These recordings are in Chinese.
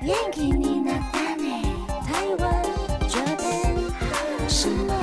元気になったね台湾这边什么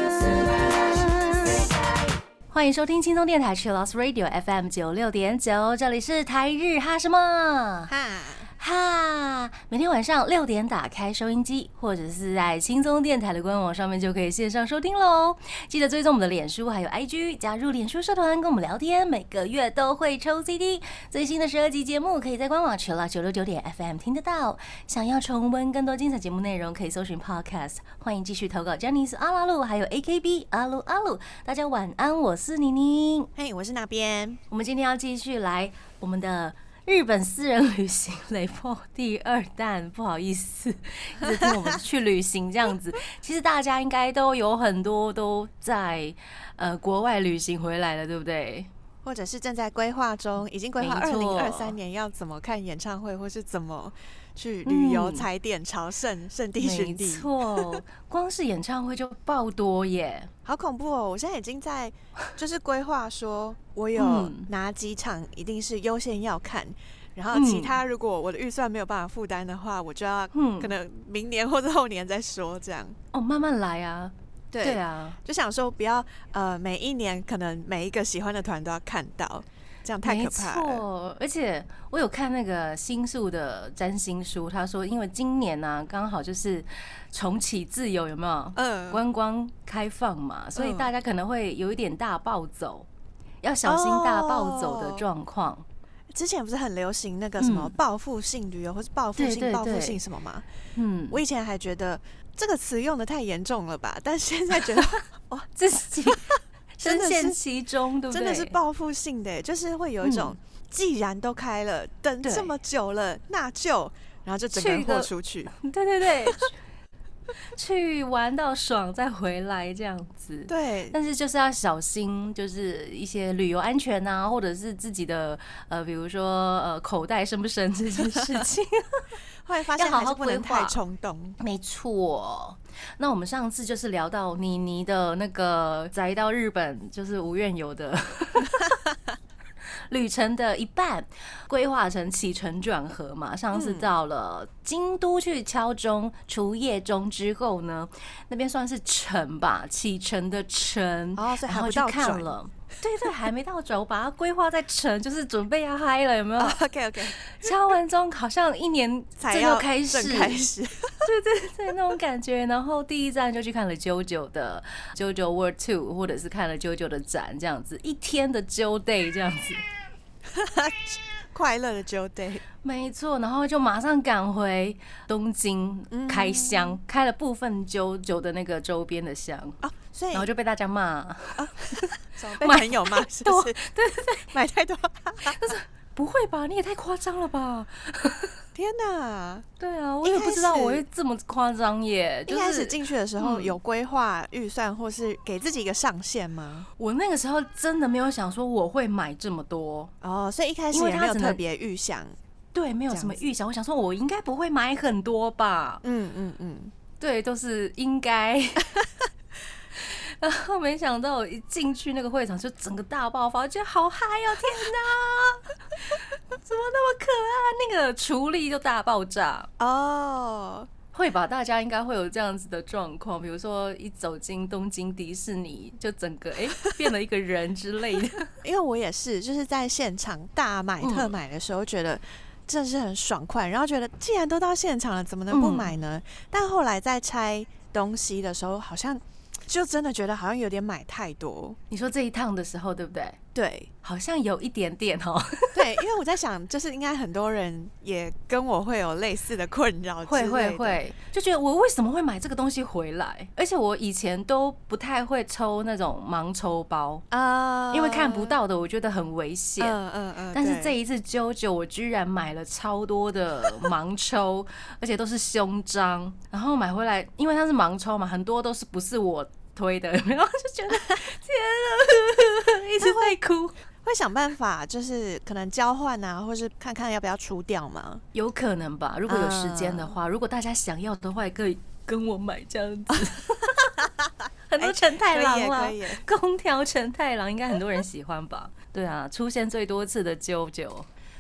欢迎收听轻松电台 Chillus Radio FM 96.9，这里是台日哈什么哈，每天晚上6点打开收音机，或者是在轻松电台的官网上面就可以线上收听喽。记得追踪我们的脸书还有 IG， 加入脸书社团跟我们聊天，每个月都会抽 CD。最新的12集节目可以在官网 Chillus96.FM 听得到。想要重温更多精彩节目内容，可以搜寻 Podcast。欢迎继续投稿 Janice 阿拉鲁还有 AKB 阿鲁阿鲁。大家晚安，我是妮妮。 嘿，我是那边。 我们今天要继续来我们的日本私人旅行雷破第2弹，不好意思，一直听我们去旅行这样子。其实大家应该都有很多都在国外旅行回来了，对不对？ 或者是正在规划中，已经规划2023年要怎么看演唱会，或是怎么去旅游、踩点、朝圣、圣地巡礼。 没错，光是演唱会就爆多耶， 好恐怖哦！我现在已经在就是规划说，我有哪几场一定是优先要看。然后其他如果我的预算没有办法负担的话，我就要可能明年或者后年再说这样。 哦，慢慢来啊。 对啊，就想说不要每一年可能每一个喜欢的团都要看到，这样太可怕了。 没错，而且我有看那个新宿的占星书，他说因为今年呢刚好就是重启自由，有没有？观光开放嘛，所以大家可能会有一点大暴走，要小心大暴走的状况。 之前不是很流行那个什么报复性旅游，或是报复性什么吗？我以前还觉得这个词用的太严重了吧，但现在觉得哇， 自己深陷其中，对不对？ 真的是报复性的，就是会有一种既然都开了，等这么久了，那就然后就整个人豁出去， 对对对。去玩到爽再回来这样子， 对， 但是就是要小心，就是一些旅游安全啊，或者是自己的比如说口袋深不深这件事情， 后来发现还是不能太冲动。 没错，那我们上次就是聊到妮妮的那个宅到日本就是无怨游的旅程的一半，规划成起承转合嘛。上次到了京都去敲钟除夜钟之后呢，那边算是程吧，启程的程， 然后去看了。对对，还没到转，我把它规划在程，就是准备要嗨了，有没有 ？OK， 敲完钟好像一年才要开始，对对对，那种感觉。然后第一站就去看了 JoJo 的 JoJo World 2， 或者是看了 JoJo 的展，这样子1天的 Jo Day 这样子。 快乐的 Jo Day， 没错，然后就马上赶回东京开箱，开了部分 JoJo 的那个周边的箱所以然后就被大家骂被朋友骂是不是？ 对对对， 买太多， 但是不会吧？你也太夸张了吧！ 天哪！ 对啊，我也不知道我会这么夸张耶。 一开始进去的时候有规划预算，或是给自己一个上限吗？ 我那个时候真的没有想说我会买这么多所以一开始也没有特别预想。 对，没有什么预想。我想说我应该不会买很多吧。对，都是应该。然后没想到我一进去那个会场就整个大爆发，觉得好嗨哦！天哪，怎么那么可爱？那个厨力就大爆炸会吧？大家应该会有这样子的状况，比如说一走进东京迪士尼，就整个变了一个人之类的。 因为我也是，就是在现场大买特买的时候，觉得真的是很爽快，然后觉得既然都到现场了，怎么能不买呢？但后来在拆东西的时候，好像就真的觉得好像有点买太多。 你说这一趟的时候对不对？ 对， 好像有一点点对，因为我在想，就是应该很多人也跟我会有类似的困扰之类的， 会，就觉得我为什么会买这个东西回来？而且我以前都不太会抽那种盲抽包因为看不到的，我觉得很危险。但是这一次JoJo我居然买了超多的盲抽，而且都是胸章，然后买回来，因为它是盲抽嘛，很多都是不是我推的，然后就觉得天啊，一直在哭。 会想办法，就是可能交换啊，或是看看要不要出掉吗？ 有可能吧，如果有时间的话，如果大家想要的话，也可以跟我买这样子。很多承太郎啦，空调承太郎应该很多人喜欢吧？对啊，出现最多次的JoJo。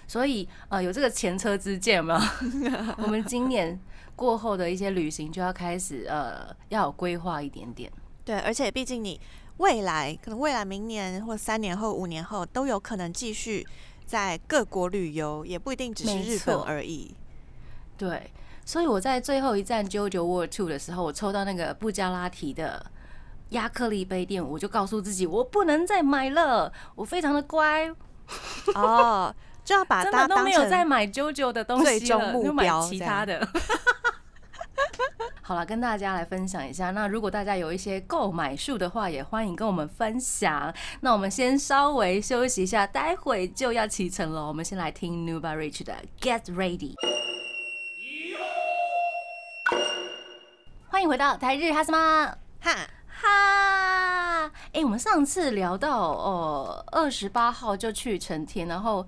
所以有这个前车之鉴嘛，我们今年过后的一些旅行就要开始要有规划一点点。 对，而且毕竟你未来明年或3年后、5年后都有可能继续在各国旅游，也不一定只是日本而已。 对，所以我在最后一站 JoJo World 2的时候，我抽到那个布加拉提的亚克力杯垫，我就告诉自己我不能再买了，我非常的乖。 哦，就要把它当成真的都没有再买 JoJo 的东西了， 最终目标， 就买其他的。好了，跟大家来分享一下。那如果大家有一些购买数的话，也欢迎跟我们分享。那我们先稍微休息一下，待会就要启程了。我们先来听 Nuba Rich 的 Get Ready。欢迎回到台日哈什么哈，我们上次聊到28号就去成田，然后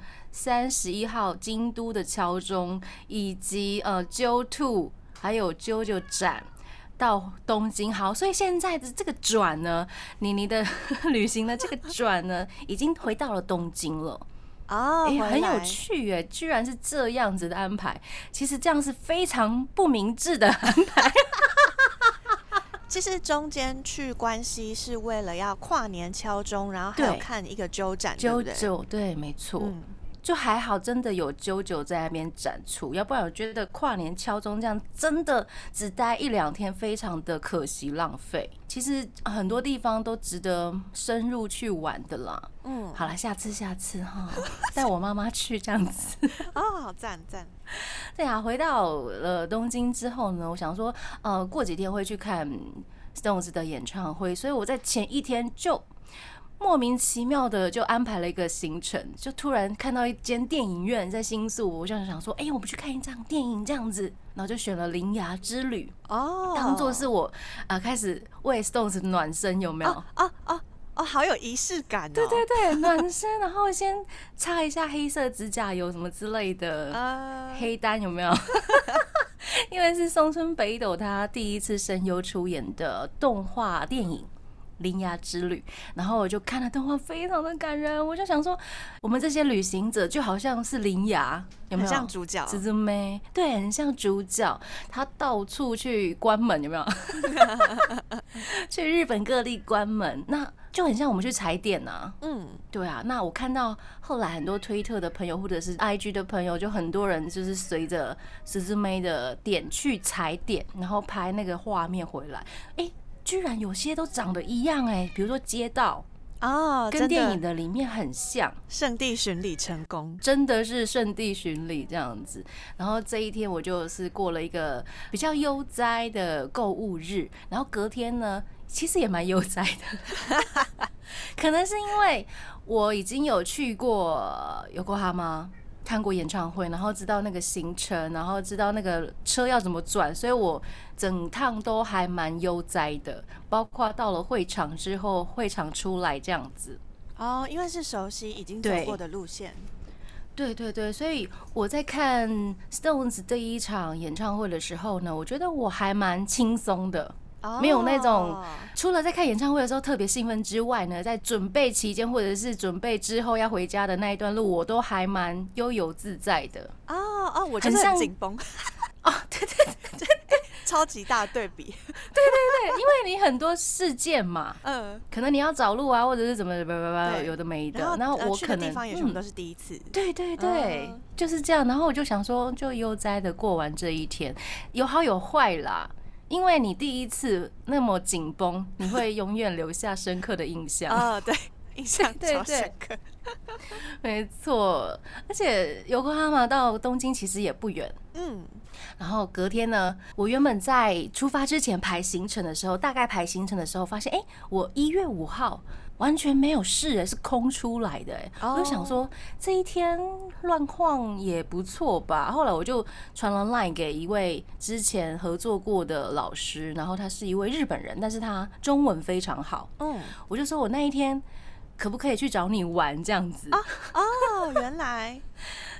31号京都的敲钟，以及JoTo 还有 JoJo 展到东京。好，所以现在的这个转呢，你的旅行的这个转呢，已经回到了东京了。很有趣耶，居然是这样子的安排。其实这样是非常不明智的安排。 其实中间去关西是为了要跨年敲钟，然后还有看一个JoJo展，对不对 ？JoJo对，没错。就还好，真的有JoJo在那边展出，要不然我觉得跨年敲钟这样真的只待1-2天，非常的可惜浪费。其实很多地方都值得深入去玩的啦。好了，下次哈，带我妈妈去这样子。 好赞。 对啊，回到了东京之后呢，我想说，过几天会去看 Stones 的演唱会，所以我在前一天就莫名其妙的就安排了一个行程，就突然看到一间电影院在新宿，我就想说，我们去看一场电影这样子，然后就选了《铃芽之旅》当做是我开始为 Stones 暖身，有没有？ 好有仪式感哦！ 对，暖身，然后先擦一下黑色指甲油什么之类的，黑丹有没有？因为是松村北斗他第一次声优出演的动画电影《铃芽之旅》，然后我就看了动画，非常的感人。我就想说，我们这些旅行者就好像是铃芽，有没有？ 很像主角， 姊妹，对，很像主角，他到处去关门，有没有？去日本各地关门，那就很像我们去踩点啊。对啊。那我看到后来很多推特的朋友或者是 IG 的朋友，就很多人就是随着姊妹的点去踩点，然后拍那个画面回来，居然有些都长得一样比如说街道跟电影的里面很像， 圣地巡礼成功， 真的是圣地巡礼这样子。然后这一天我就是过了一个比较悠哉的购物日，然后隔天呢，其实也蛮悠哉的，可能是因为我已经有去过有过哈吗？看过演唱会，然后知道那个行程，然后知道那个车要怎么转，所以我整趟都还蛮悠哉的，包括到了会场之后，会场出来这样子。 因为是熟悉已经走过的路线。 对，所以我在看 Stones 第一场演唱会的时候呢，我觉得我还蛮轻松的。没有那种除了在看演唱会的时候特别兴奋之外呢，在准备期间或者是准备之后要回家的那一段路，我都还蛮悠游自在的。 我就是很紧绷。对，超级大对比。 对，因为你很多事件嘛，可能你要找路啊，或者是怎么有的没的，然后我可能去的地方也全部都是第一次。 对，就是这样。然后我就想说，就悠哉的过完这一天，有好有坏啦。因为你第一次那么紧绷，你会永远留下深刻的印象。 对，印象超深刻。 没错，而且尤克哈马到东京其实也不远。然后隔天呢，我原本在出发之前排行程的时候，大概排行程的时候发现，我1月5号完全没有事，是空出来的。我就想说这一天乱晃也不错吧。后来我就传了 LINE 给一位之前合作过的老师，然后他是一位日本人，但是他中文非常好。我就说我那一天可不可以去找你玩这样子？ 原来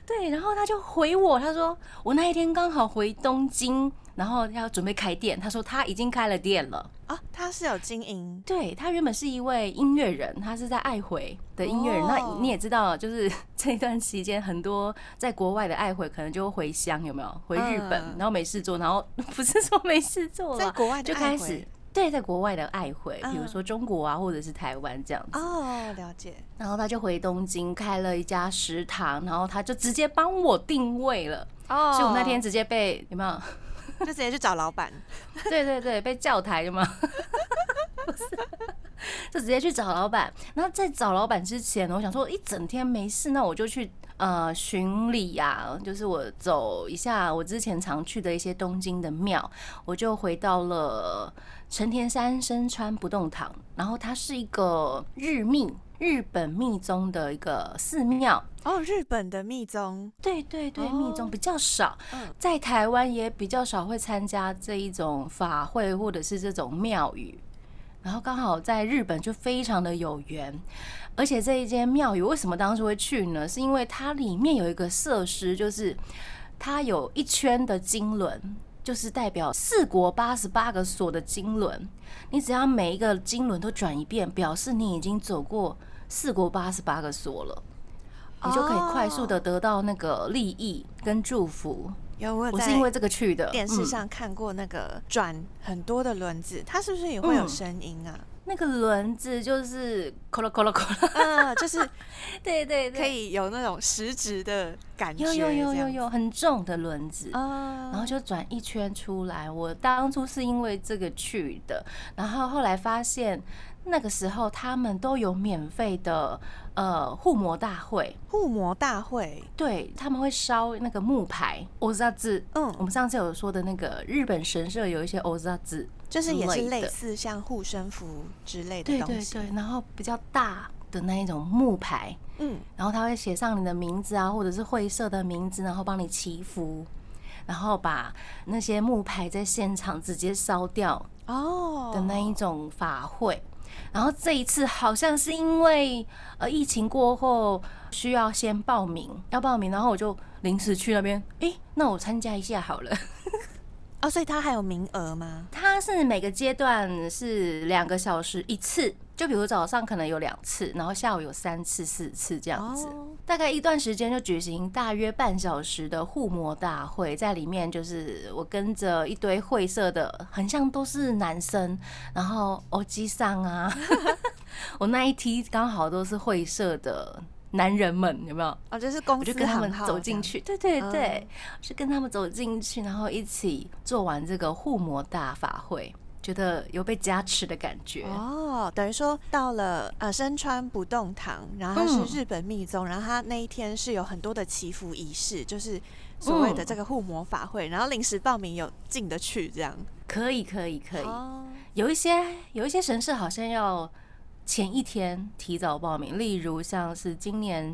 对，然后他就回我，他说我那一天刚好回东京，然后要准备开店，他说他已经开了店了。 他是有经营， 对，他原本是一位音乐人，他是在爱回的音乐人。那你也知道，就是这一段期间，很多在国外的爱回可能就回乡，有没有？回日本，然后没事做，然后不是说没事做了， 在国外就开始。对，在国外的爱回，比如说中国啊，或者是台湾这样子。 了解。 然后他就回东京开了一家食堂，然后他就直接帮我定位了。所以我那天直接被有没有？ 就直接去找老板。 对对对，被叫台的吗？不是，就直接去找老板。然后在找老板之前，我想说一整天没事，那我就去巡礼啊，就是我走一下我之前常去的一些东京的庙，我就回到了成田山深川不动堂。然后它是一个日本密宗的一个寺庙。 日本的密宗， 对对对，密宗比较少，在台湾也比较少会参加这一种法会或者是这种庙宇。然后刚好在日本就非常的有缘，而且这一间庙宇为什么当时会去呢？是因为它里面有一个设施，就是它有一圈的经轮，就是代表4国88个所的经轮，你只要每一个经轮都转一遍，表示你已经走过4国88个所了，你就可以快速的得到那个利益跟祝福。我是因为这个去的。 电视上看过那个转很多的轮子，它是不是也会有声音啊？ 那个轮子就是扣了扣了扣了， 就是对对对， 可以有那种实质的感觉， 有很重的轮子，然后就转一圈出来。我当初是因为这个去的，然后后来发现那个时候他们都有免费的护摩大会。 护摩大会， 对，他们会烧那个木牌欧扎字。我们上次有说的那个日本神社有一些欧扎字， 就是也是类似像护身符之类的东西。 对对对，然后比较大的那一种木牌，然后他会写上你的名字啊，或者是会社的名字，然后帮你祈福，然后把那些木牌在现场直接烧掉的那一种法会。然后这一次好像是因为疫情过后需要先报名，然后我就临时去那边，那我参加一下好了。 所以它还有名额吗？ 它是每个阶段是2个小时一次，就比如早上可能有2次，然后下午有3次、4次这样子。大概一段时间就举行大约半小时的护摩大会，在里面就是我跟着一堆会社的，很像都是男生，然后欧吉桑啊，我那一梯刚好都是会社的男人们，有没有？ 就是公司我就跟他们走进去，对对对，就跟他们走进去，然后一起做完这个护摩大法会，觉得有被加持的感觉。 等于说到了深川不动堂，然后它是日本密宗，然后它那一天是有很多的祈福仪式，就是所谓的这个护摩法会，然后临时报名有进得去这样。 可以，有一些神社好像要前一天提早报名，例如像是今年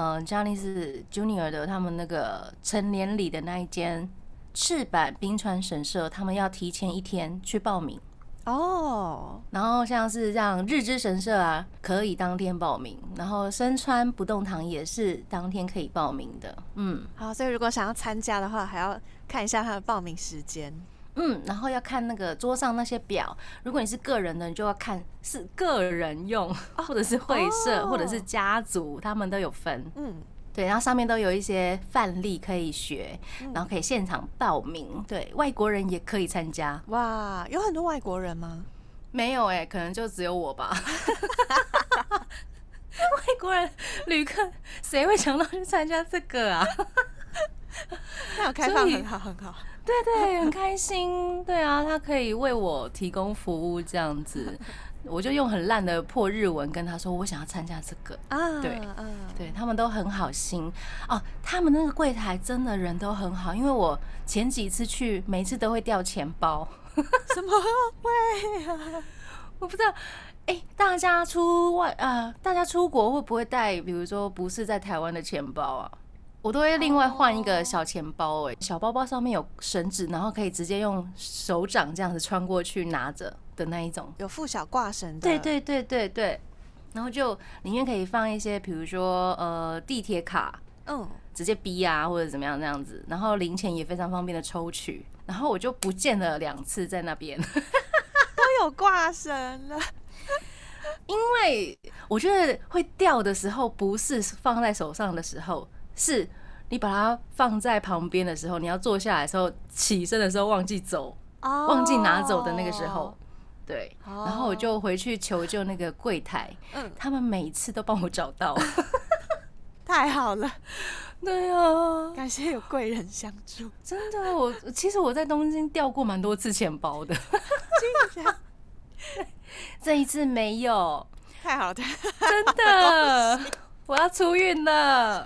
Johnny's Junior 的他们那个成年礼的那一间赤坂冰川神社，他们要提前1天去报名。然后像是像日之神社啊，可以当天报名，然后深川不动堂也是当天可以报名的。 好，所以如果想要参加的话，还要看一下他的报名时间。 然后要看那个桌上那些表，如果你是个人的，你就要看是个人用，或者是会社，或者是家族，他们都有分。对，然后上面都有一些范例可以学，然后可以现场报名。对，外国人也可以参加。 哇，有很多外国人吗？ 没有可能就只有我吧。外国人旅客谁会想到去参加这个啊？ 那有开放，很好很好。 对对，很开心。对啊，他可以为我提供服务这样子。我就用很烂的破日文跟他说我想要参加这个对，他们都很好心他们那个柜台真的人都很好，因为我前几次去每次都会掉钱包。 什么会啊？ 我不知道。大家出国会不会带比如说不是在台湾的钱包啊？我都会另外换一个小钱包小包包上面有绳子，然后可以直接用手掌这样子穿过去拿着的那一种， 有附小挂绳的。 对对对对对，然后就里面可以放一些比如说地铁卡， 直接逼啊或者怎么样那样子，然后零钱也非常方便的抽取，然后我就不见了2次在那边， 都有挂绳了。 因为我觉得会掉的时候不是放在手上的时候，是你把它放在旁边的时候，你要坐下来的时候，起身的时候忘记走，忘记拿走的那个时候。对，然后我就回去求救那个柜台，他们每一次都帮我找到， 太好了。 对啊， 感谢有贵人相助。 真的，其实我在东京掉过蛮多次钱包的，这一次没有。 太好了， 真的，我要出运了。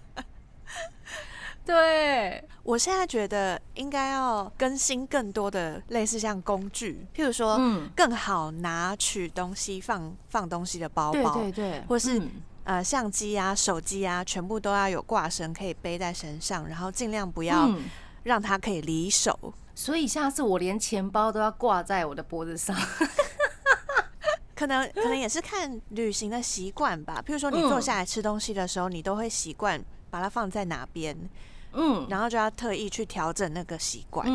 对， 我现在觉得应该要更新更多的类似像工具，譬如说，更好拿取东西、放东西的包包， 对， 或是相机啊、手机啊，全部都要有挂绳可以背在身上，然后尽量不要让它可以离手。 所以下次我连钱包都要挂在我的脖子上。 可能也是看旅行的习惯吧。譬如说，你坐下来吃东西的时候，你都会习惯把它放在哪边，然后就要特意去调整那个习惯。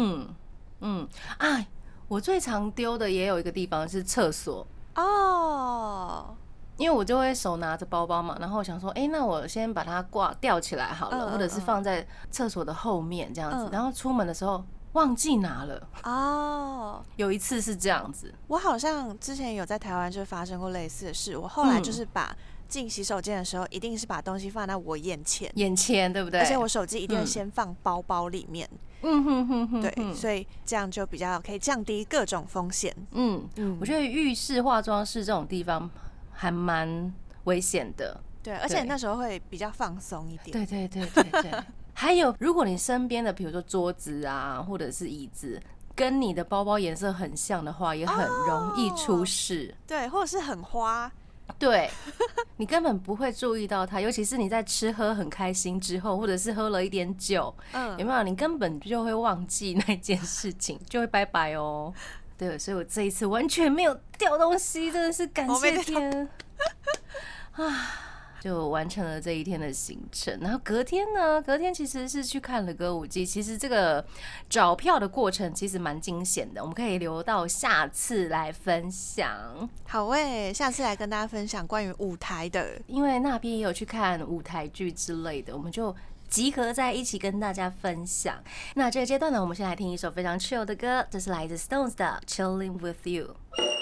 我最常丢的也有一个地方是厕所哦， 因为我就会手拿着包包嘛，然后我想说，那我先把它吊起来好了，或者是放在厕所的后面这样子，然后出门的时候忘记拿了哦。有一次是这样子， 我好像之前有在台湾就发生过类似的事。我后来就是把进洗手间的时候，一定是把东西放在我眼前， 对不对？ 而且我手机一定会先放包包里面。对，所以这样就比较可以降低各种风险。 我觉得浴室、化妆室这种地方还蛮危险的。 对，而且那时候会比较放松一点。 对。还有，如果你身边的比如说桌子啊，或者是椅子，跟你的包包颜色很像的话，也很容易出事。 对，或者是很花。 对，你根本不会注意到它，尤其是你在吃喝很开心之后，或者是喝了一点酒，有没有？你根本就会忘记那件事情，就会拜拜哦。对，所以我这一次完全没有掉东西，真的是感谢天啊！就完成了这一天的行程，然后隔天其实是去看了歌舞伎。其实这个找票的过程其实蛮惊险的，我们可以留到下次来分享。 好下次来跟大家分享关于舞台的， 因为那边也有去看舞台剧之类的，我们就集合在一起跟大家分享。那这个阶段呢，我们先来听一首非常 chill 的歌，这是来自 Stones 的 Chilling With You。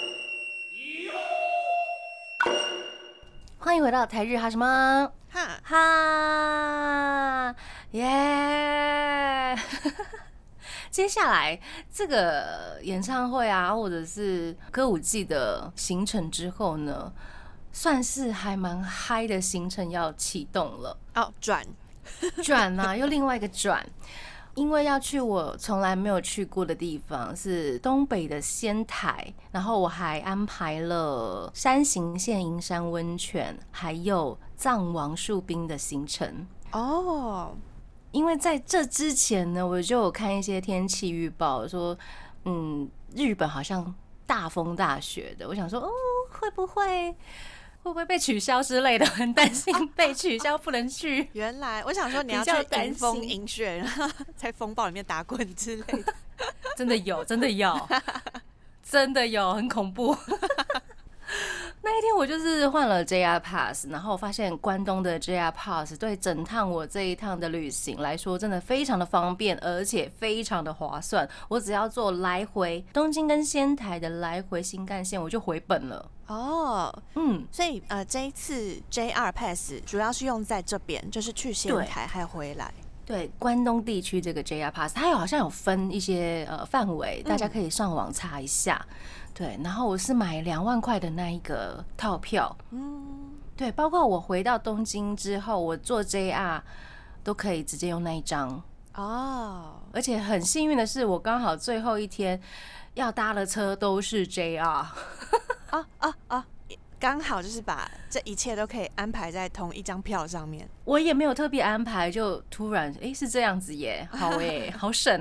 欢迎回到台日哈什么哈耶！接下来这个演唱会啊，或者是歌舞伎的行程之后呢，算是还蛮嗨的行程要启动了。转啊，又另外一个转。因为要去我从来没有去过的地方，是东北的仙台，然后我还安排了山形县银山温泉，还有藏王树冰的行程哦。因为在这之前呢，我就有看一些天气预报，说日本好像大风大雪的，我想说会不会被取消之类的，很担心被取消不能去。 原来我想说你要去迎风迎雪，然后在风暴里面打滚之类的。 真的有，很恐怖。那一天我就是换了 JR Pass， 然后我发现关东的 JR Pass 对整趟我这一趟的旅行来说真的非常的方便，而且非常的划算。我只要坐来回东京跟仙台的来回新干线，我就回本了。 所以这一次 JR Pass 主要是用在这边，就是去仙台还回来。 对，关东地区这个 JR Pass 它好像有分一些范围，大家可以上网查一下。对，然后我是买2万块的那一个套票，对，包括我回到东京之后，我坐 JR 都可以直接用那一张而且很幸运的是，我刚好最后一天要搭的车都是 JR， 刚好就是把这一切都可以安排在同一张票上面。 我也没有特别安排，就突然是这样子耶，好好省哦。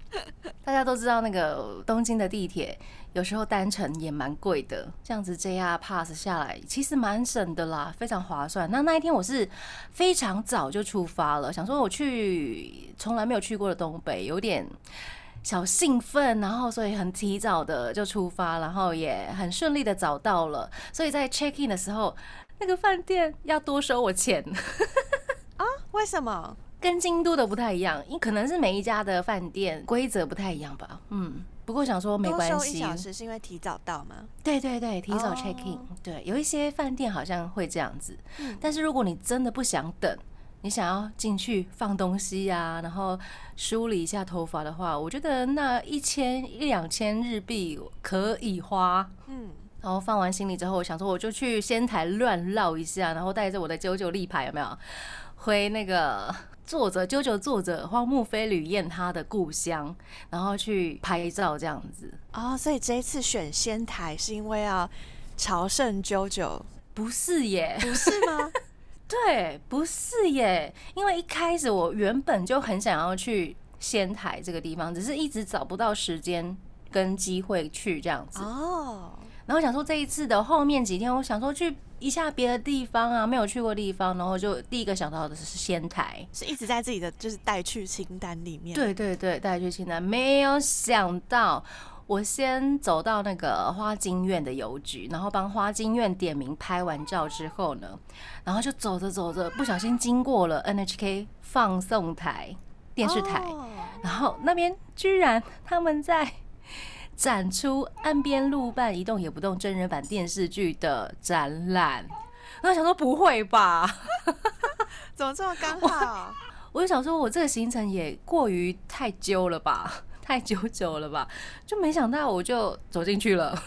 大家都知道那个东京的地铁有时候单程也蛮贵的，这样子 JR Pass 下来其实蛮省的啦，非常划算。那一天我是非常早就出发了，想说我去从来没有去过的东北，有点小兴奋，然后所以很提早的就出发，然后也很顺利的找到了。所以在 check in 的时候，那个饭店要多收我钱啊？为什么？ 跟京都的不太一样，因可能是每一家的饭店规则不太一样吧。不过想说没关系。 多收1小时是因为提早到吗？ 对对对，提早 check in。对，有一些饭店好像会这样子。但是如果你真的不想等，你想要进去放东西啊，然后梳理一下头发的话，我觉得那1000-2000日币可以花。然后放完行李之后，我想说我就去仙台乱绕一下，然后带着我的JoJo立牌有没有回那个JoJo作者荒木飞吕彦他的故乡，然后去拍照这样子。 所以这一次选仙台是因为要朝圣JoJo？ 不是耶， 不是吗？ 对，不是耶，因为一开始我原本就很想要去仙台这个地方，只是一直找不到时间跟机会去这样子。然后想说这一次的后面几天，我想说去一下别的地方啊，没有去过地方，然后就第一个想到的是仙台， 是一直在自己的就是带去清单里面。 对对对，带去清单，没有想到我先走到那个花京院的邮局，然后帮花京院点名拍完照之后呢，然后就走着走着，不小心经过了 NHK 放送台电视台，然后那边居然他们在展出岸边露伴一动也不动真人版电视剧的展览，然后想说不会吧， 怎么这么刚好？ 我就想说我这个行程也过于太揪了吧，太久了吧，就没想到我就走进去了。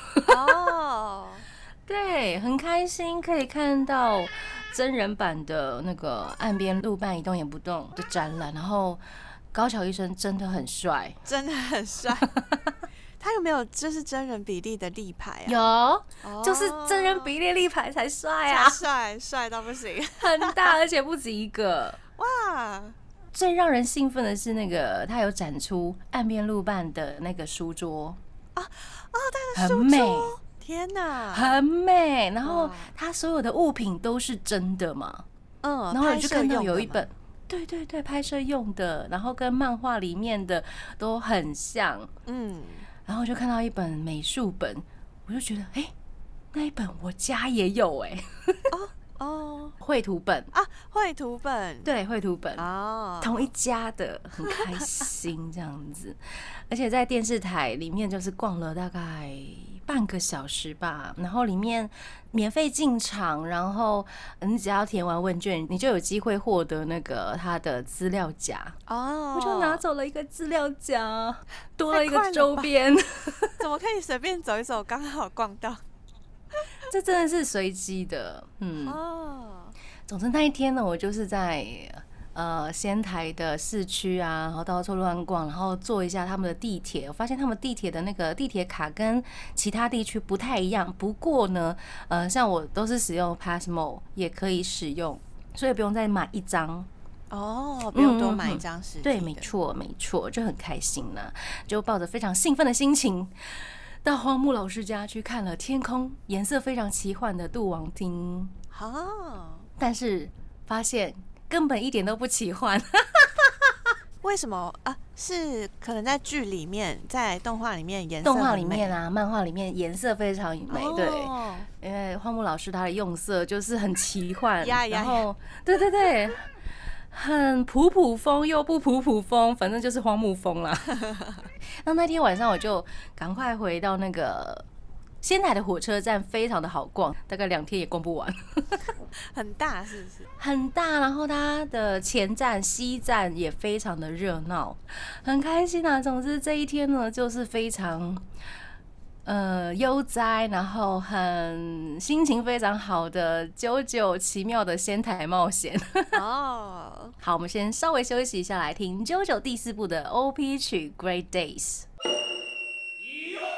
对，很开心可以看到真人版的那个岸边露伴一动也不动的展览，然后高桥医生真的很帅， 真的很帅。他有没有就是真人比例的立牌啊？ 有，就是真人比例立牌才帅啊， 帅到不行， 很大，而且不止一个。 哇！ 最让人兴奋的是那个他有展出岸边露伴的那个书桌他的书桌很美， 天哪， 很美。然后他所有的物品都是真的嘛，然后我就看到有一本。对对对，拍摄用的，然后跟漫画里面的都很像，然后就看到一本美术本，我就觉得，那一本我家也有绘图本啊，绘图本， 对，绘图本同一家的，很开心这样子。而且在电视台里面就是逛了大概半个小时吧，然后里面免费进场，然后你只要填完问卷，你就有机会获得那个他的资料夹我就拿走了一个资料夹，多了一个周边。 怎么可以随便走一走，刚好逛到？ 这真的是随机的，总之那一天呢，我就是在仙台的市区啊，然后到处乱逛，然后坐一下他们的地铁。我发现他们地铁的那个地铁卡跟其他地区不太一样，不过呢，像我都是使用 Passmo 也可以使用，所以不用再买一张。 不用多买一张实体的。 对，没错没错，就很开心呢，就抱着非常兴奋的心情到荒木老师家去看了天空颜色非常奇幻的杜王町。但是发现根本一点都不奇幻。 为什么啊？是可能在剧里面，在动画里面颜色， 动画里面啊，漫画里面颜色非常美，对，因为荒木老师他的用色就是很奇幻，然后对对对，很普普风又不普普风，反正就是荒木风啦。那天晚上我就赶快回到那个仙台的火车站，非常的好逛，大概2天也逛不完。 很大是不是？很大，然后它的前站西站也非常的热闹，很开心啊。总之这一天呢，就是非常悠哉，然后很心情非常好的JoJo奇妙的仙台冒险。好，我们先稍微休息一下，来听JoJo第4部的 OP 曲 Great Days。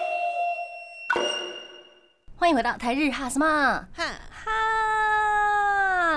欢迎回到台日哈什么哈，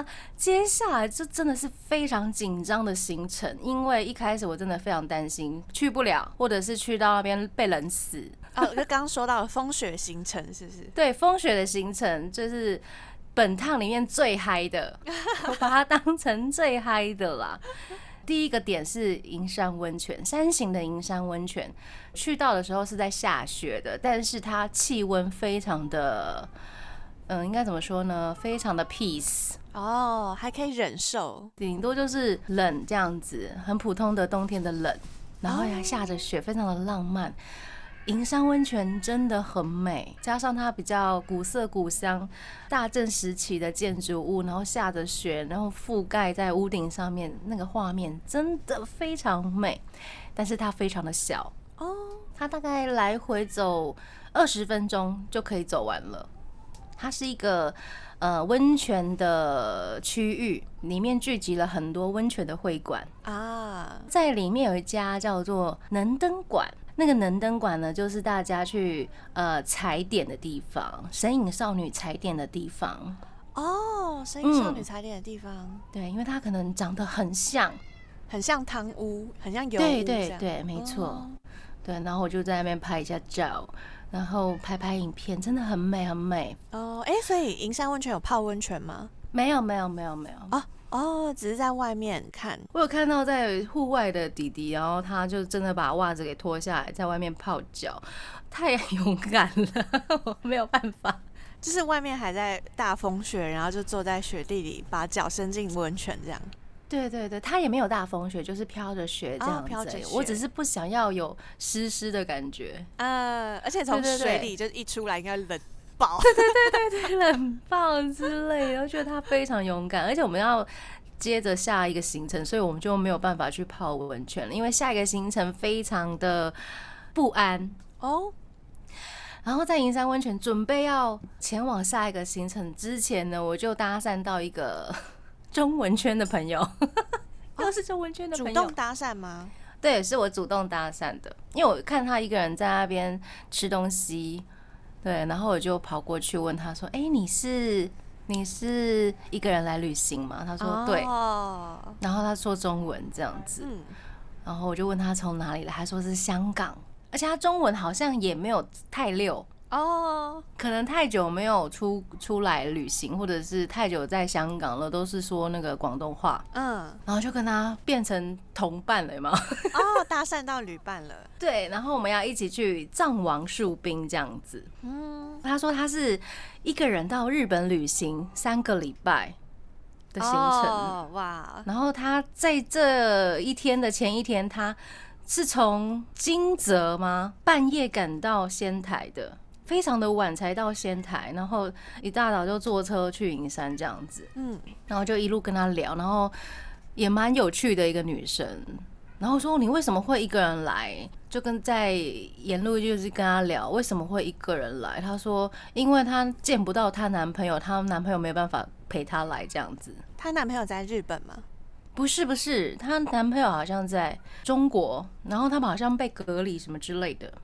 接下来就真的是非常紧张的行程，因为一开始我真的非常担心去不了，或者是去到那边被冷死。 就刚刚说到的风雪行程是不是？ 对，风雪的行程就是本趟里面最嗨的，我把它当成最嗨的啦。第一个点是银山温泉，山形的银山温泉，去到的时候是在下雪的，但是它气温非常的，应该怎么说呢？非常的 peace 还可以忍受， 顶多就是冷这样子，很普通的冬天的冷，然后还下着雪，非常的浪漫。银山温泉真的很美，加上它比较古色古香、大正时期的建筑物，然后下着雪，然后覆盖在屋顶上面，那个画面真的非常美。但是它非常的小它大概来回走20分钟就可以走完了。它是一个温泉的区域，里面聚集了很多温泉的会馆在里面有一家叫做能登馆。那个能登馆呢，就是大家去踩点的地方，神隐少女踩点的地方。 神隐少女踩点的地方。 对，因为它可能长得很像汤屋，很像油屋。 对，没错。对，然后我就在那边拍一下照，然后拍影片，真的很美很美。 所以银山温泉有泡温泉吗？ 没有。 只是在外面看。 我有看到在户外的弟弟，然后他就真的把袜子给脱下来，在外面泡脚，太勇敢了，我没有办法。 就是外面还在大风雪，然后就坐在雪地里，把脚伸进温泉这样。 对，他也没有大风雪，就是飘着雪这样子。飘着雪，我只是不想要有湿的感觉。 而且从水里就一出来应该冷爆， 对，冷爆之类的。我觉得他非常勇敢，而且我们要接着下一个行程，所以我们就没有办法去泡温泉了，因为下一个行程非常的不安然后在银山温泉准备要前往下一个行程之前呢，我就搭讪到一个中文圈的朋友，又是中文圈的朋友。 主动搭讪吗？ 对，是我主动搭讪的，因为我看他一个人在那边吃东西。对，然后我就跑过去问他说：“你是一个人来旅行吗？”他说：“对。”然后他说中文这样子，然后我就问他从哪里来，他说是香港，而且他中文好像也没有太溜可能太久没有出来旅行，或者是太久在香港了，都是说那个广东话。然后就跟他变成同伴了嘛。 搭讪到旅伴了。 对，然后我们要一起去藏王树冰这样子。他说他是一个人到日本旅行3个礼拜的行程。 哇！ 然后他在这一天的前一天，他是从金泽吗？半夜赶到仙台的。非常的晚才到仙台，然后一大早就坐车去银山这样子，然后就一路跟他聊，然后也蛮有趣的一个女生，然后说你为什么会一个人来？就跟在沿路就是跟他聊为什么会一个人来，他说因为她见不到她男朋友，她男朋友没有办法陪她来这样子。 她男朋友在日本吗？ 不是，她男朋友好像在中国，然后他们好像被隔离什么之类的。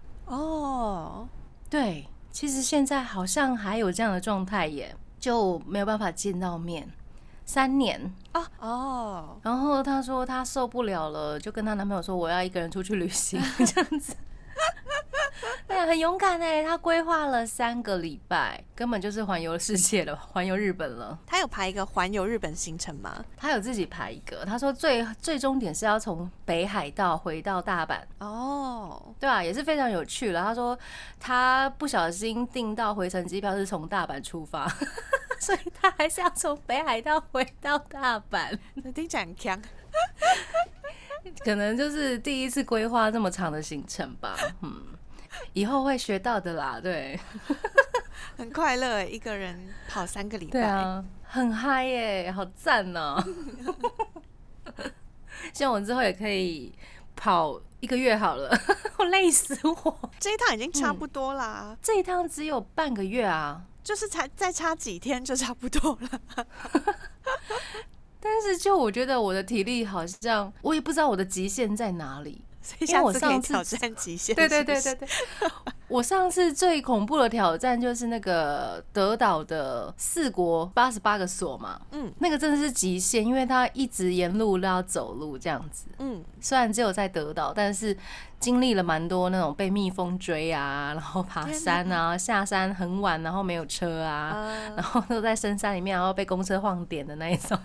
对，其实现在好像还有这样的状态耶，就没有办法见到面，3年然后她说她受不了了，就跟她男朋友说我要一个人出去旅行这样子。对，很勇敢哎，她规划了3个礼拜，根本就是环游世界了，环游日本了。 她有排一个环游日本行程吗？ 她有自己排一个，她说最终点是要从北海道回到大阪。对啊，也是非常有趣了。她说她不小心订到回程机票是从大阪出发，所以她还是要从北海道回到大阪。 听起来很强。 可能就是第一次规划这么长的行程吧，以后会学到的啦，对。 很快乐，一个人跑3个礼拜， 对啊，很嗨耶，好赞哦。希望我之后也可以跑1个月好了，我累死我。 这一趟已经差不多啦， 这一趟只有半个月啊， 就是再差几天就差不多了。 但是就我觉得我的体力好像，我也不知道我的极限在哪里。 所以下次可以挑战极限。 对， 我上次最恐怖的挑战就是那个德岛的4国88个所嘛，那个真的是极限，因为它一直沿路都要走路这样子，虽然只有在德岛，但是经历了蛮多那种被蜜蜂追啊，然后爬山啊，下山很晚，然后没有车啊，然后都在深山里面，然后被公车晃点的那一种。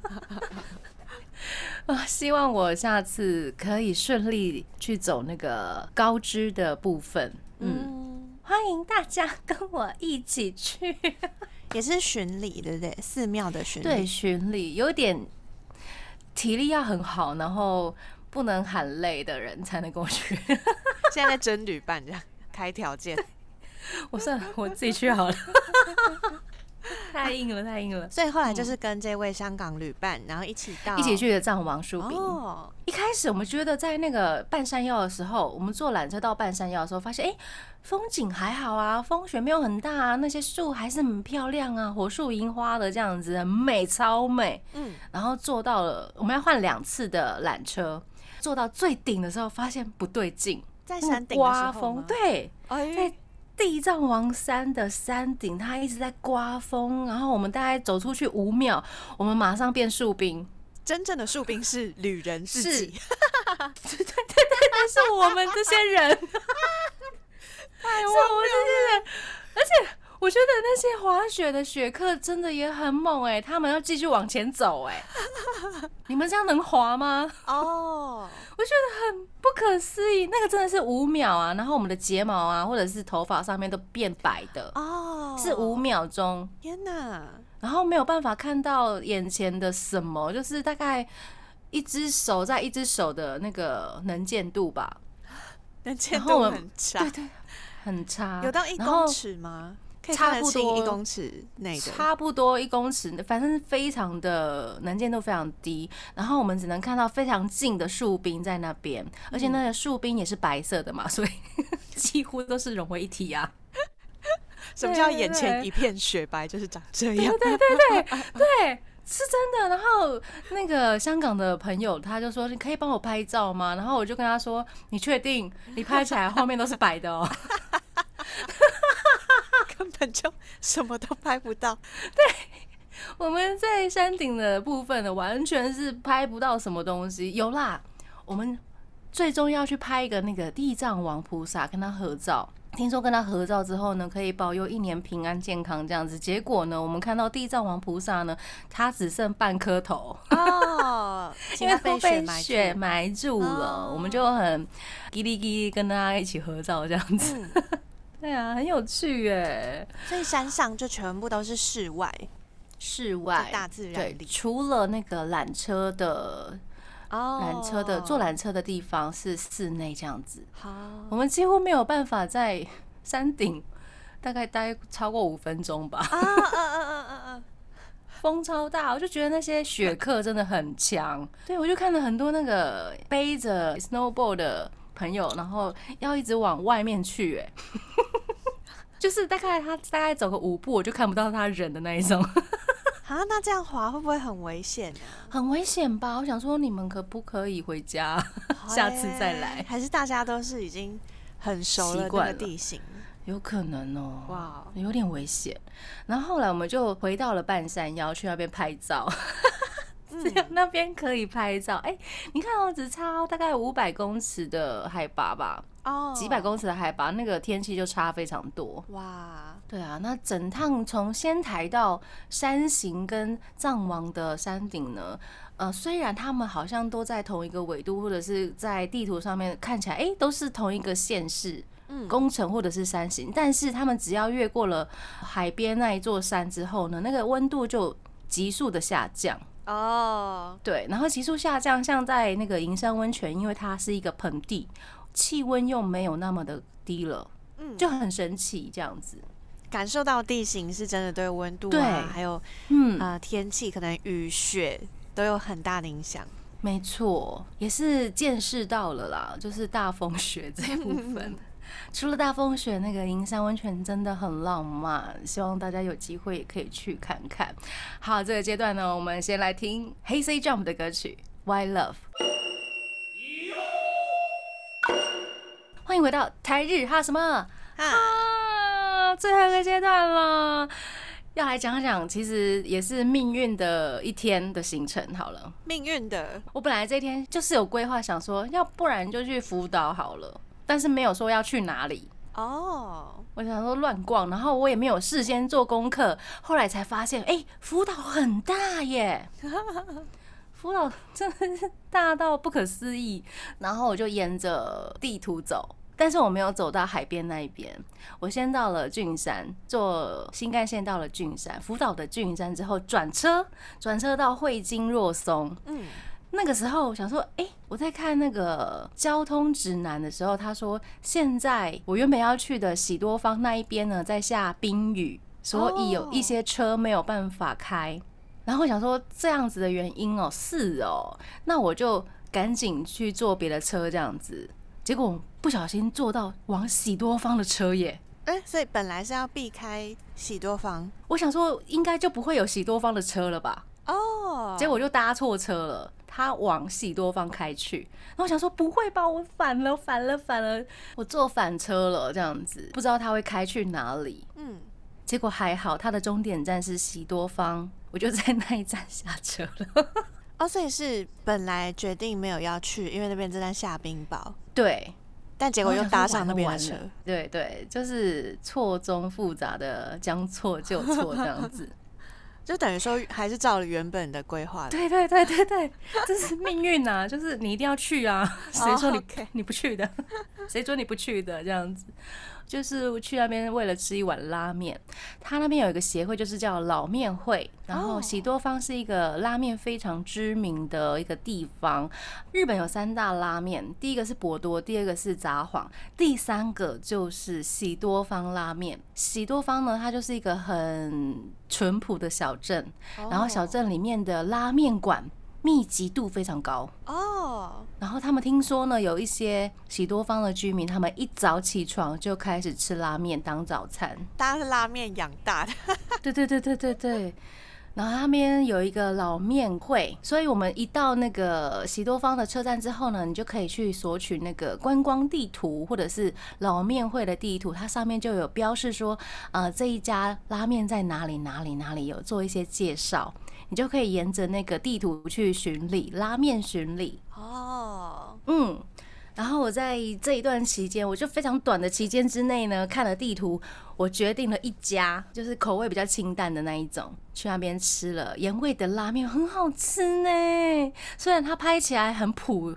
希望我下次可以顺利去走那个高知的部分。欢迎大家跟我一起去。 也是巡礼，对不对？寺庙的巡礼。 对，巡礼有点体力要很好，然后不能喊累的人才能跟我去。 现在在争旅伴这样开条件， 我算了，我自己去好了。太硬了，太硬了。 所以后来就是跟这位香港旅伴，然后一起去的藏王树冰。一开始我们觉得在那个半山腰的时候，我们坐缆车到半山腰的时候，发现风景还好啊，风雪没有很大啊，那些树还是很漂亮啊，火树银花的这样子，很美，超美。然后坐到了，我们要换2次的缆车，坐到最顶的时候，发现不对劲， 在山顶的时候吗？ 刮风，对，在地藏王山的山顶，它一直在刮风，然后我们大概走出去5秒，我们马上变树冰。 真正的树冰是旅人自己， 对，是我们这些人，是我们这些人，而且我觉得那些滑雪的雪客真的也很猛他们要继续往前走你们这样能滑吗？我觉得很不可思议，那个真的是5秒啊，然后我们的睫毛啊或者是头发上面都变白的是5秒钟， 天哪！ 然后没有办法看到眼前的什么，就是大概一只手在一只手的那个能见度吧， 能见度很差， 对，很差， 有到1公尺吗？ 差不多 1公尺内的， 差不多1公尺，反正非常的能见度非常低，然后我们只能看到非常近的树冰在那边，而且那个树冰也是白色的嘛，所以几乎都是融为一体啊。 什么叫眼前一片雪白？就是长这样。 对，是真的。然后那个香港的朋友他就说：“你可以帮我拍照吗？”然后我就跟他说：“你确定？你拍起来后面都是白的哦。” 根本就什么都拍不到。 对，我们在山顶的部分呢，完全是拍不到什么东西。有啦，我们最终要去拍一个那个地藏王菩萨，跟他合照。听说跟他合照之后呢，可以保佑1年平安健康这样子。结果呢，我们看到地藏王菩萨呢，他只剩半颗头因为都被雪埋住了。我们就很叽哩叽哩跟他一起合照这样子。对啊，很有趣耶。 所以山上就全部都是室外，大自然里， 除了那个缆车的。坐缆车的地方是室内这样子。我们几乎没有办法在山顶大概待超过5分钟吧。风超大，我就觉得那些雪客真的很强。对，我就看了很多那个背着 snowboard 的朋友，然后要一直往外面去，就是大概走个5步，我就看不到他人的那一种。 那这样滑会不会很危险啊？ 很危险吧？我想说，你们可不可以回家，下次再来？ 还是大家都是已经很熟了那个地形？ 有可能哇，有点危险。然后后来我们就回到了半山腰，去那边拍照。只有那边可以拍照。你看只差大概500公尺的海拔吧，几百公尺的海拔，那个天气就差非常多。哇，对啊，那整趟从仙台到山形跟藏王的山顶呢，虽然他们好像都在同一个纬度，或者是在地图上面看起来，都是同一个县市。工程或者是山形，但是他们只要越过了海边那一座山之后呢，那个温度就急速的下降。对，然后急速下降，像在那个银山温泉，因为它是一个盆地，气温又没有那么的低了，就很神奇这样子。 感受到地形是真的对温度还有天气，可能雨雪都有很大的影响。 没错，也是见识到了啦，就是大风雪这部分。除了大风雪，那个银山温泉真的很浪漫，希望大家有机会也可以去看看。好，这个阶段呢，我们先来听 Hey Say Jump 的歌曲 Why Love。 欢迎回到台日哈什么最后一个阶段了。要来讲讲，其实也是命运的一天的行程好了。 命运的， 我本来这一天就是有规划，想说要不然就去福岛好了，但是没有说要去哪里。我想说乱逛，然后我也没有事先做功课，后来才发现，福岛很大耶，福岛真的是大到不可思议。然后我就沿着地图走。但是我没有走到海边那一边，我先到了郡山，坐新干线到了郡山，福岛的郡山之后转车到会津若松。那个时候我想说，我在看那个交通指南的时候，他说现在我原本要去的喜多方那一边呢，在下冰雨，所以有一些车没有办法开。然后我想说这样子的原因是那我就赶紧去坐别的车这样子。结果不小心坐到往喜多方的车耶， 所以本来是要避开喜多方， 我想说应该就不会有喜多方的车了吧？结果我就搭错车了，他往喜多方开去，然后我想说不会吧，我反了，我坐反车了，这样子不知道他会开去哪里。结果还好，他的终点站是喜多方，我就在那一站下车了。 所以是本来决定没有要去，因为那边正在下冰雹。 对， 但结果又搭上那边的车。 对，就是错综复杂的将错就错这样子。 就等于说还是照了原本的规划。 对，这是命运啊，就是你一定要去啊，谁说你不去的？谁说你不去的？这样子。就是去那边为了吃一碗拉面，他那边有一个协会，就是叫老面会。然后喜多方是一个拉面非常知名的一个地方。日本有3大拉面，第一个是博多，第二个是札幌，第3个就是喜多方拉面。喜多方呢，它就是一个很淳朴的小镇，然后小镇里面的拉面馆密集度非常高然后他们听说呢，有一些喜多方的居民，他们一早起床就开始吃拉面当早餐， 大家是拉面养大的。 对。然后那边有一个老面会，所以我们一到那个喜多方的车站之后呢，你就可以去索取那个观光地图或者是老面会的地图，它上面就有标示说，这一家拉面在哪里，有做一些介绍，你就可以沿着那个地图去巡礼，拉面巡礼。然后我在这一段期间，我就非常短的期间之内呢，看了地图，我决定了一家就是口味比较清淡的那一种，去那边吃了盐味的拉面，很好吃呢。虽然它拍起来很普，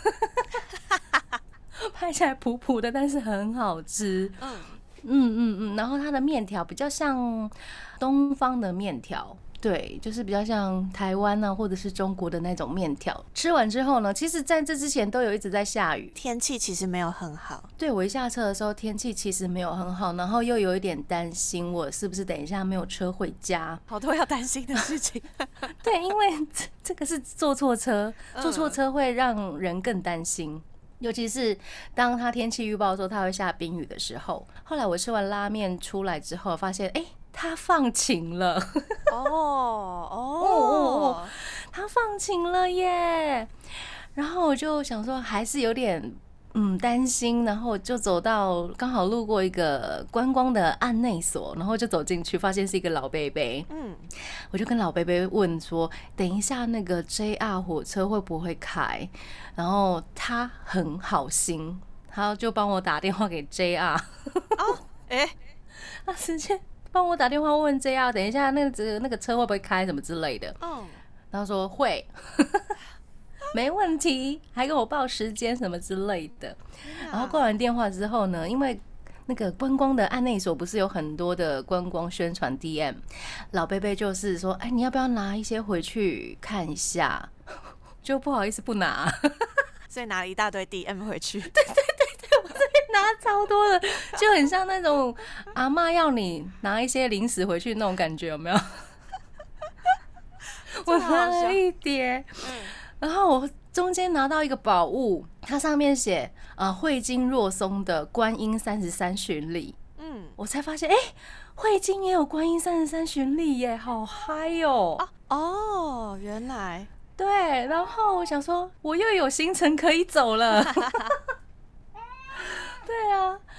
拍起来普普的，但是很好吃。然后它的面条比较像东方的面条。对，就是比较像台湾啊，或者是中国的那种面条。吃完之后呢，其实在这之前都有一直在下雨， 天气其实没有很好。 对，我一下车的时候天气其实没有很好，然后又有一点担心我是不是等一下没有车回家， 好多要担心的事情。 对，因为这个是坐错车，坐错车会让人更担心。尤其是当他天气预报说他会下冰雨的时候，后来我吃完拉面出来之后，发现他放晴了。他放晴了耶。然后我就想说还是有点担心，然后就走到刚好路过一个观光的案内所，然后就走进去，发现是一个老伯伯。我就跟老伯伯问说，等一下那个 JR 火车会不会开？然后他很好心，他就帮我打电话给 JR。他直接帮我打电话问 JR， 等一下那个车会不会开什么之类的。然后说会。没问题，还跟我报时间什么之类的。然后挂完电话之后呢，因为那个观光的案内所不是有很多的观光宣传 DM， 老贝贝就是说，你要不要拿一些回去看一下？就不好意思不拿， 所以拿了一大堆 DM 回去。 对，我这边拿超多的，就很像那种阿嬷要你拿一些零食回去那种感觉，有没有？我拿了一叠。然后我中间拿到一个宝物，它上面写汇金若松的观音33巡礼。我才发现汇金也有观音33巡礼耶，好嗨哦！ 原来对。然后我想说，我又有行程可以走了。对啊。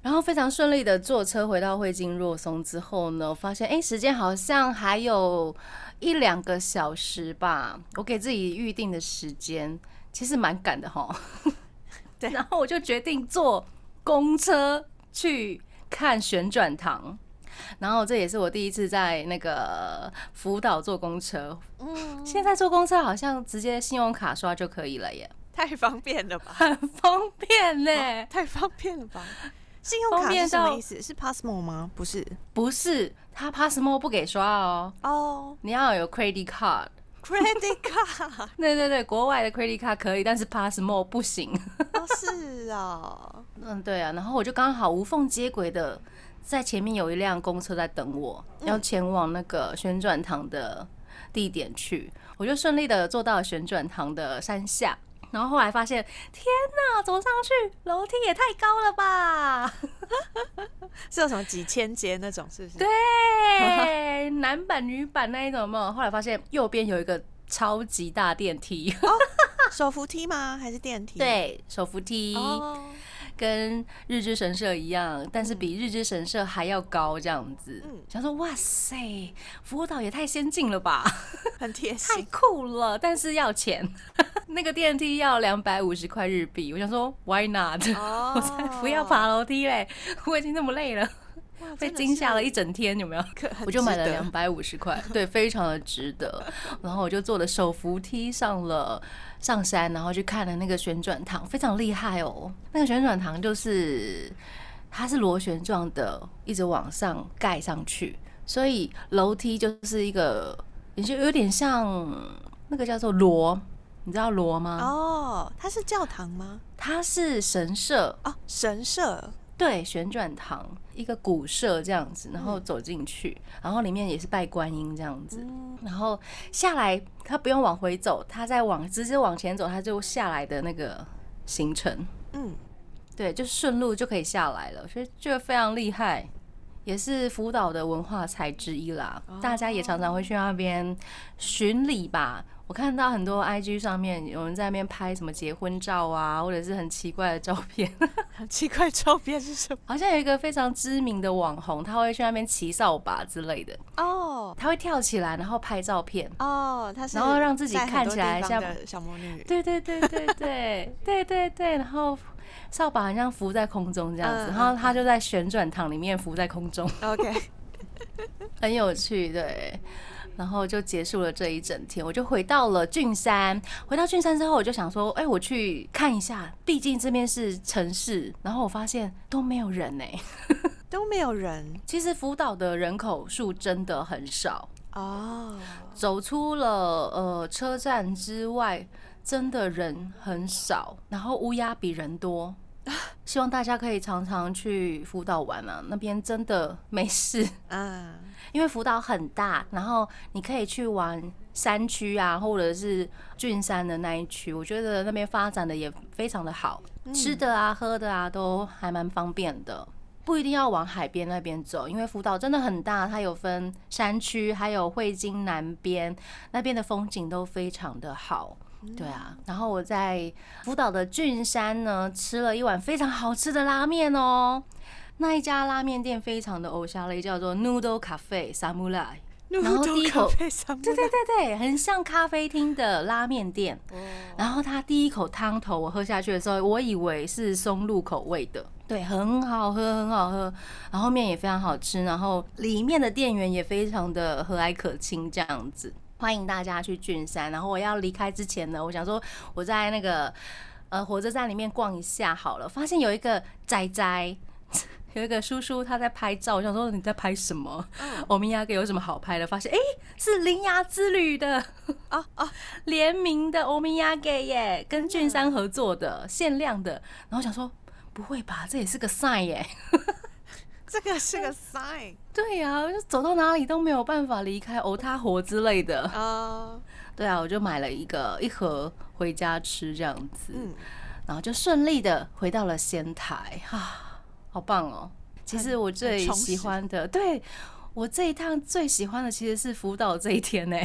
然后非常顺利的坐车回到汇金若松之后呢，我发现时间好像还有1-2个小时吧，我给自己预定的时间其实蛮赶的齁。对，然后我就决定坐公车去看旋转堂。然后这也是我第一次在那个福岛坐公车。现在坐公车好像直接信用卡刷就可以了耶， 太方便了吧？ 很方便呢， 太方便了吧？信用卡是什么意思？是 Passmo 吗？不是， 不是，他 Passmo 不给刷哦。哦，你要有 credit card。credit card， 对对对，国外的 credit card 可以，但是 Passmo 不行。 哦，是哦。 对啊，然后我就刚好无缝接轨的，在前面有一辆公车在等我，要前往那个旋转堂的地点去，我就顺利的坐到了旋转堂的山下。然后后来发现，天哪，走上去楼梯也太高了吧！ 是有什么几千阶那种，是不是？ 对，男版女版那一种有没有？后来发现右边有一个超级大电梯。 手扶梯吗？还是电梯？ 对，手扶梯。跟日之神社一样，但是比日之神社还要高，这样子。想说哇塞，福岛也太先进了吧， 很贴心， 太酷了，但是要钱。那个电梯要250块日币，我想说 why not？我才不要爬楼梯嘞，我已经那么累了。被惊吓了一整天，有没有？我就买了250块，对，非常的值得。然后我就坐了手扶梯上山，然后去看了那个旋转堂，非常厉害哦。那个旋转堂就是它是螺旋状的，一直往上盖上去，所以楼梯就是一个，也就有点像那个叫做螺，你知道螺吗？ 哦，它是教堂吗？ 它是神社哦，神社。 对，旋转堂一个古社这样子，然后走进去，然后里面也是拜观音这样子，然后下来他不用往回走，他再直接往前走，他就下来的那个行程，对，就顺路就可以下来了，所以觉得非常厉害，也是福岛的文化财之一啦。大家也常常会去那边巡礼吧。我看到很多 IG 上面有人在那边拍什么结婚照啊，或者是很奇怪的照片。 很奇怪的照片是什么？ 好像有一个非常知名的网红，他会去那边骑扫把之类的。哦，他会跳起来，然后拍照片。 哦，他是然后让自己看起来像小魔女。 对对对对对对对对，然后扫把好像浮在空中这样子，然后他就在旋转堂里面浮在空中。 OK， 很有趣，对。然后就结束了这一整天，我就回到了郡山。回到郡山之后，我就想说，我去看一下，毕竟这边是城市。然后我发现都没有人都没有人。 其实福岛的人口数真的很少哦。走出了车站之外，真的人很少，然后乌鸦比人多。希望大家可以常常去福岛玩啊，那边真的没事啊。因为福岛很大，然后你可以去玩山区啊，或者是郡山的那一区，我觉得那边发展的也非常的好，吃的啊、喝的啊都还蛮方便的，不一定要往海边那边走，因为福岛真的很大，它有分山区，还有汇金南边那边的风景都非常的好。对啊，然后我在福岛的郡山呢吃了一碗非常好吃的拉面哦。那一家拉面店非常的偶像类，叫做 Noodle Cafe Samurai。然后第一口，对对对对，很像咖啡厅的拉面店。然后它第一口汤头我喝下去的时候，我以为是松露口味的，对，很好喝，很好喝。然后面也非常好吃，然后里面的店员也非常的和蔼可亲，这样子。欢迎大家去郡山。然后我要离开之前呢，我想说我在那个火车站里面逛一下好了，发现有一个宅宅。有一个叔叔他在拍照，我想说你在拍什么？欧米亚给有什么好拍的？发现是铃芽之旅的联名的欧米亚给耶，跟郡山合作的限量的。然后想说不会吧，这也是个 sign 耶。 这个是个 sign。 对呀，就走到哪里都没有办法离开欧他火之类的。对啊，我就买了一盒回家吃这样子，然后就顺利的回到了仙台好棒哦！其实我最喜欢的，对，我这一趟最喜欢的其实是福岛这一天呢。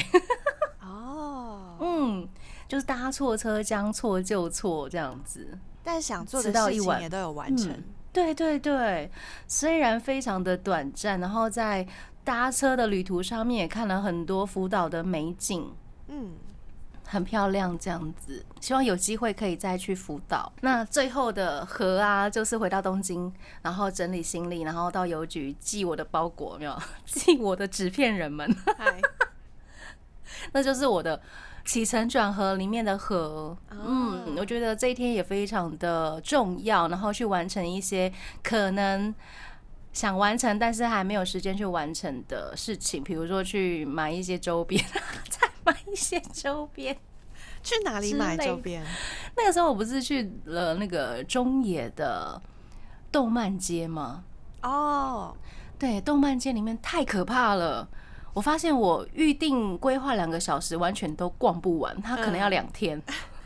就是搭错车，将错就错这样子。 但想做的事情也都有完成。 对对对，虽然非常的短暂，然后在搭车的旅途上面也看了很多福岛的美景，很漂亮这样子。希望有机会可以再去福岛。那最后的河啊，就是回到东京，然后整理行李，然后到邮局寄我的包裹，有没有？寄我的纸片人们。那就是我的起承转合里面的河。我觉得这一天也非常的重要，然后去完成一些可能想完成但是还没有时间去完成的事情，比如说去买一些周边，再买一些周边。 去哪里买周边？ 那个时候我不是去了那个中野的动漫街吗？对，动漫街里面太可怕了。我发现我预定规划2个小时，完全都逛不完，它可能要2天。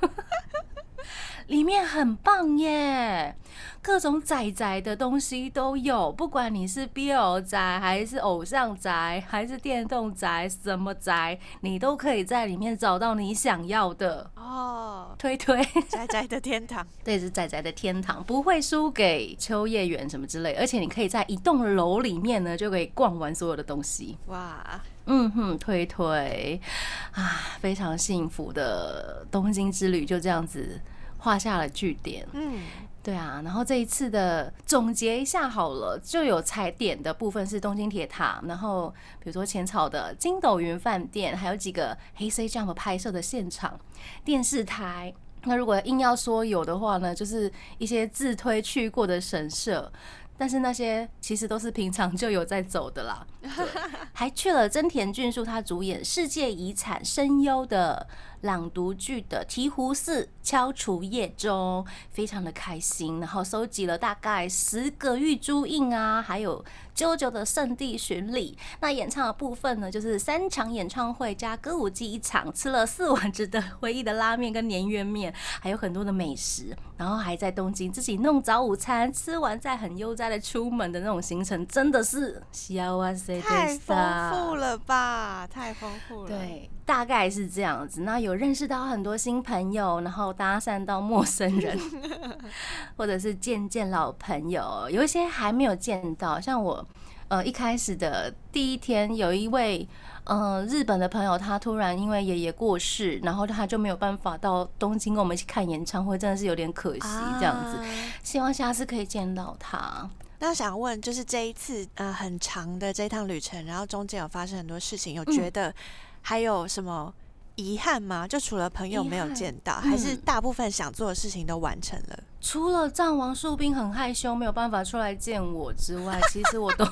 里面很棒耶，各种宅宅的东西都有，不管你是 BL 宅还是偶像宅还是电动宅，什么宅你都可以在里面找到你想要的。推宅宅的天堂。 对，是宅宅的天堂，不会输给秋叶原什么之类，而且你可以在一栋楼里面呢就可以逛完所有的东西。哇，推啊，非常幸福的东京之旅就这样子画下了句点。对啊，然后这一次的总结一下好了，就有踩点的部分是东京铁塔，然后比如说浅草的筋斗云饭店，还有几个黑 C Jump 拍摄的现场，电视台。那如果硬要说有的话呢，就是一些自推去过的神社，但是那些其实都是平常就有在走的啦。还去了真田俊树他主演世界遗产声优的朗读剧的醍醐寺敲除夜中，非常的开心，然后收集了大概10个玉珠印啊，还有JoJo的圣地巡礼。那演唱的部分呢，就是3场演唱会加歌舞伎1场，吃了4碗值得回忆的拉面跟年月面，还有很多的美食，然后还在东京自己弄早午餐，吃完再很悠哉的出门的那种行程，真的是太丰富了吧，太丰富了。 对，大概是这样子。那有认识到很多新朋友，然后搭讪到陌生人，或者是见老朋友，有一些还没有见到。像我一开始的第一天，有一位日本的朋友，他突然因为爷爷过世，然后他就没有办法到东京跟我们一起看演唱会，真的是有点可惜这样子。希望下次可以见到他。 那想问，就是这一次很长的这趟旅程，然后中间有发生很多事情，有觉得还有什么遗憾吗？就除了朋友没有见到，还是大部分想做的事情都完成了？ 除了藏王树兵很害羞没有办法出来见我之外，其实我都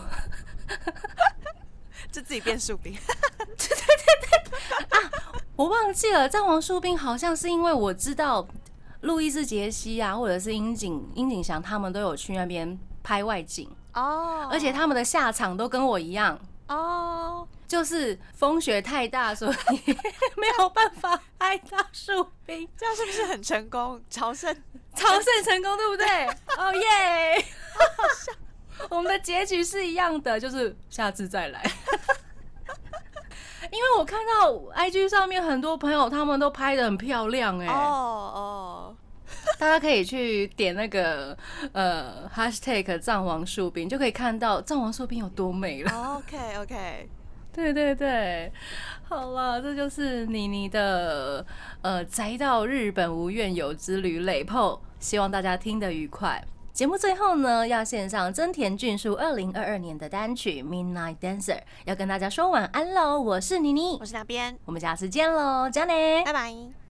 就自己变树兵。 对啊，我忘记了，藏王树兵好像是因为我知道路易斯杰西啊，或者是樱井翔他们都有去那边拍外景而且他们的下场都跟我一样就是风雪太大，所以没有办法拍到树兵。 这样是不是很成功？朝圣成功，对不对？哦耶！我们的结局是一样的，就是下次再来。因为我看到 IG 上面很多朋友他们都拍得很漂亮大家可以去点那个#藏王树兵，就可以看到藏王树兵有多美了。 OK， 对，好了，这就是妮的宅到日本无怨尤之旅累破，希望大家听得愉快。节目最后呢，要献上真田俊树2022年的单曲《Midnight Dancer》，要跟大家说晚安喽。我是妮妮， 我是那边， 我们下次见喽，加内， 拜拜。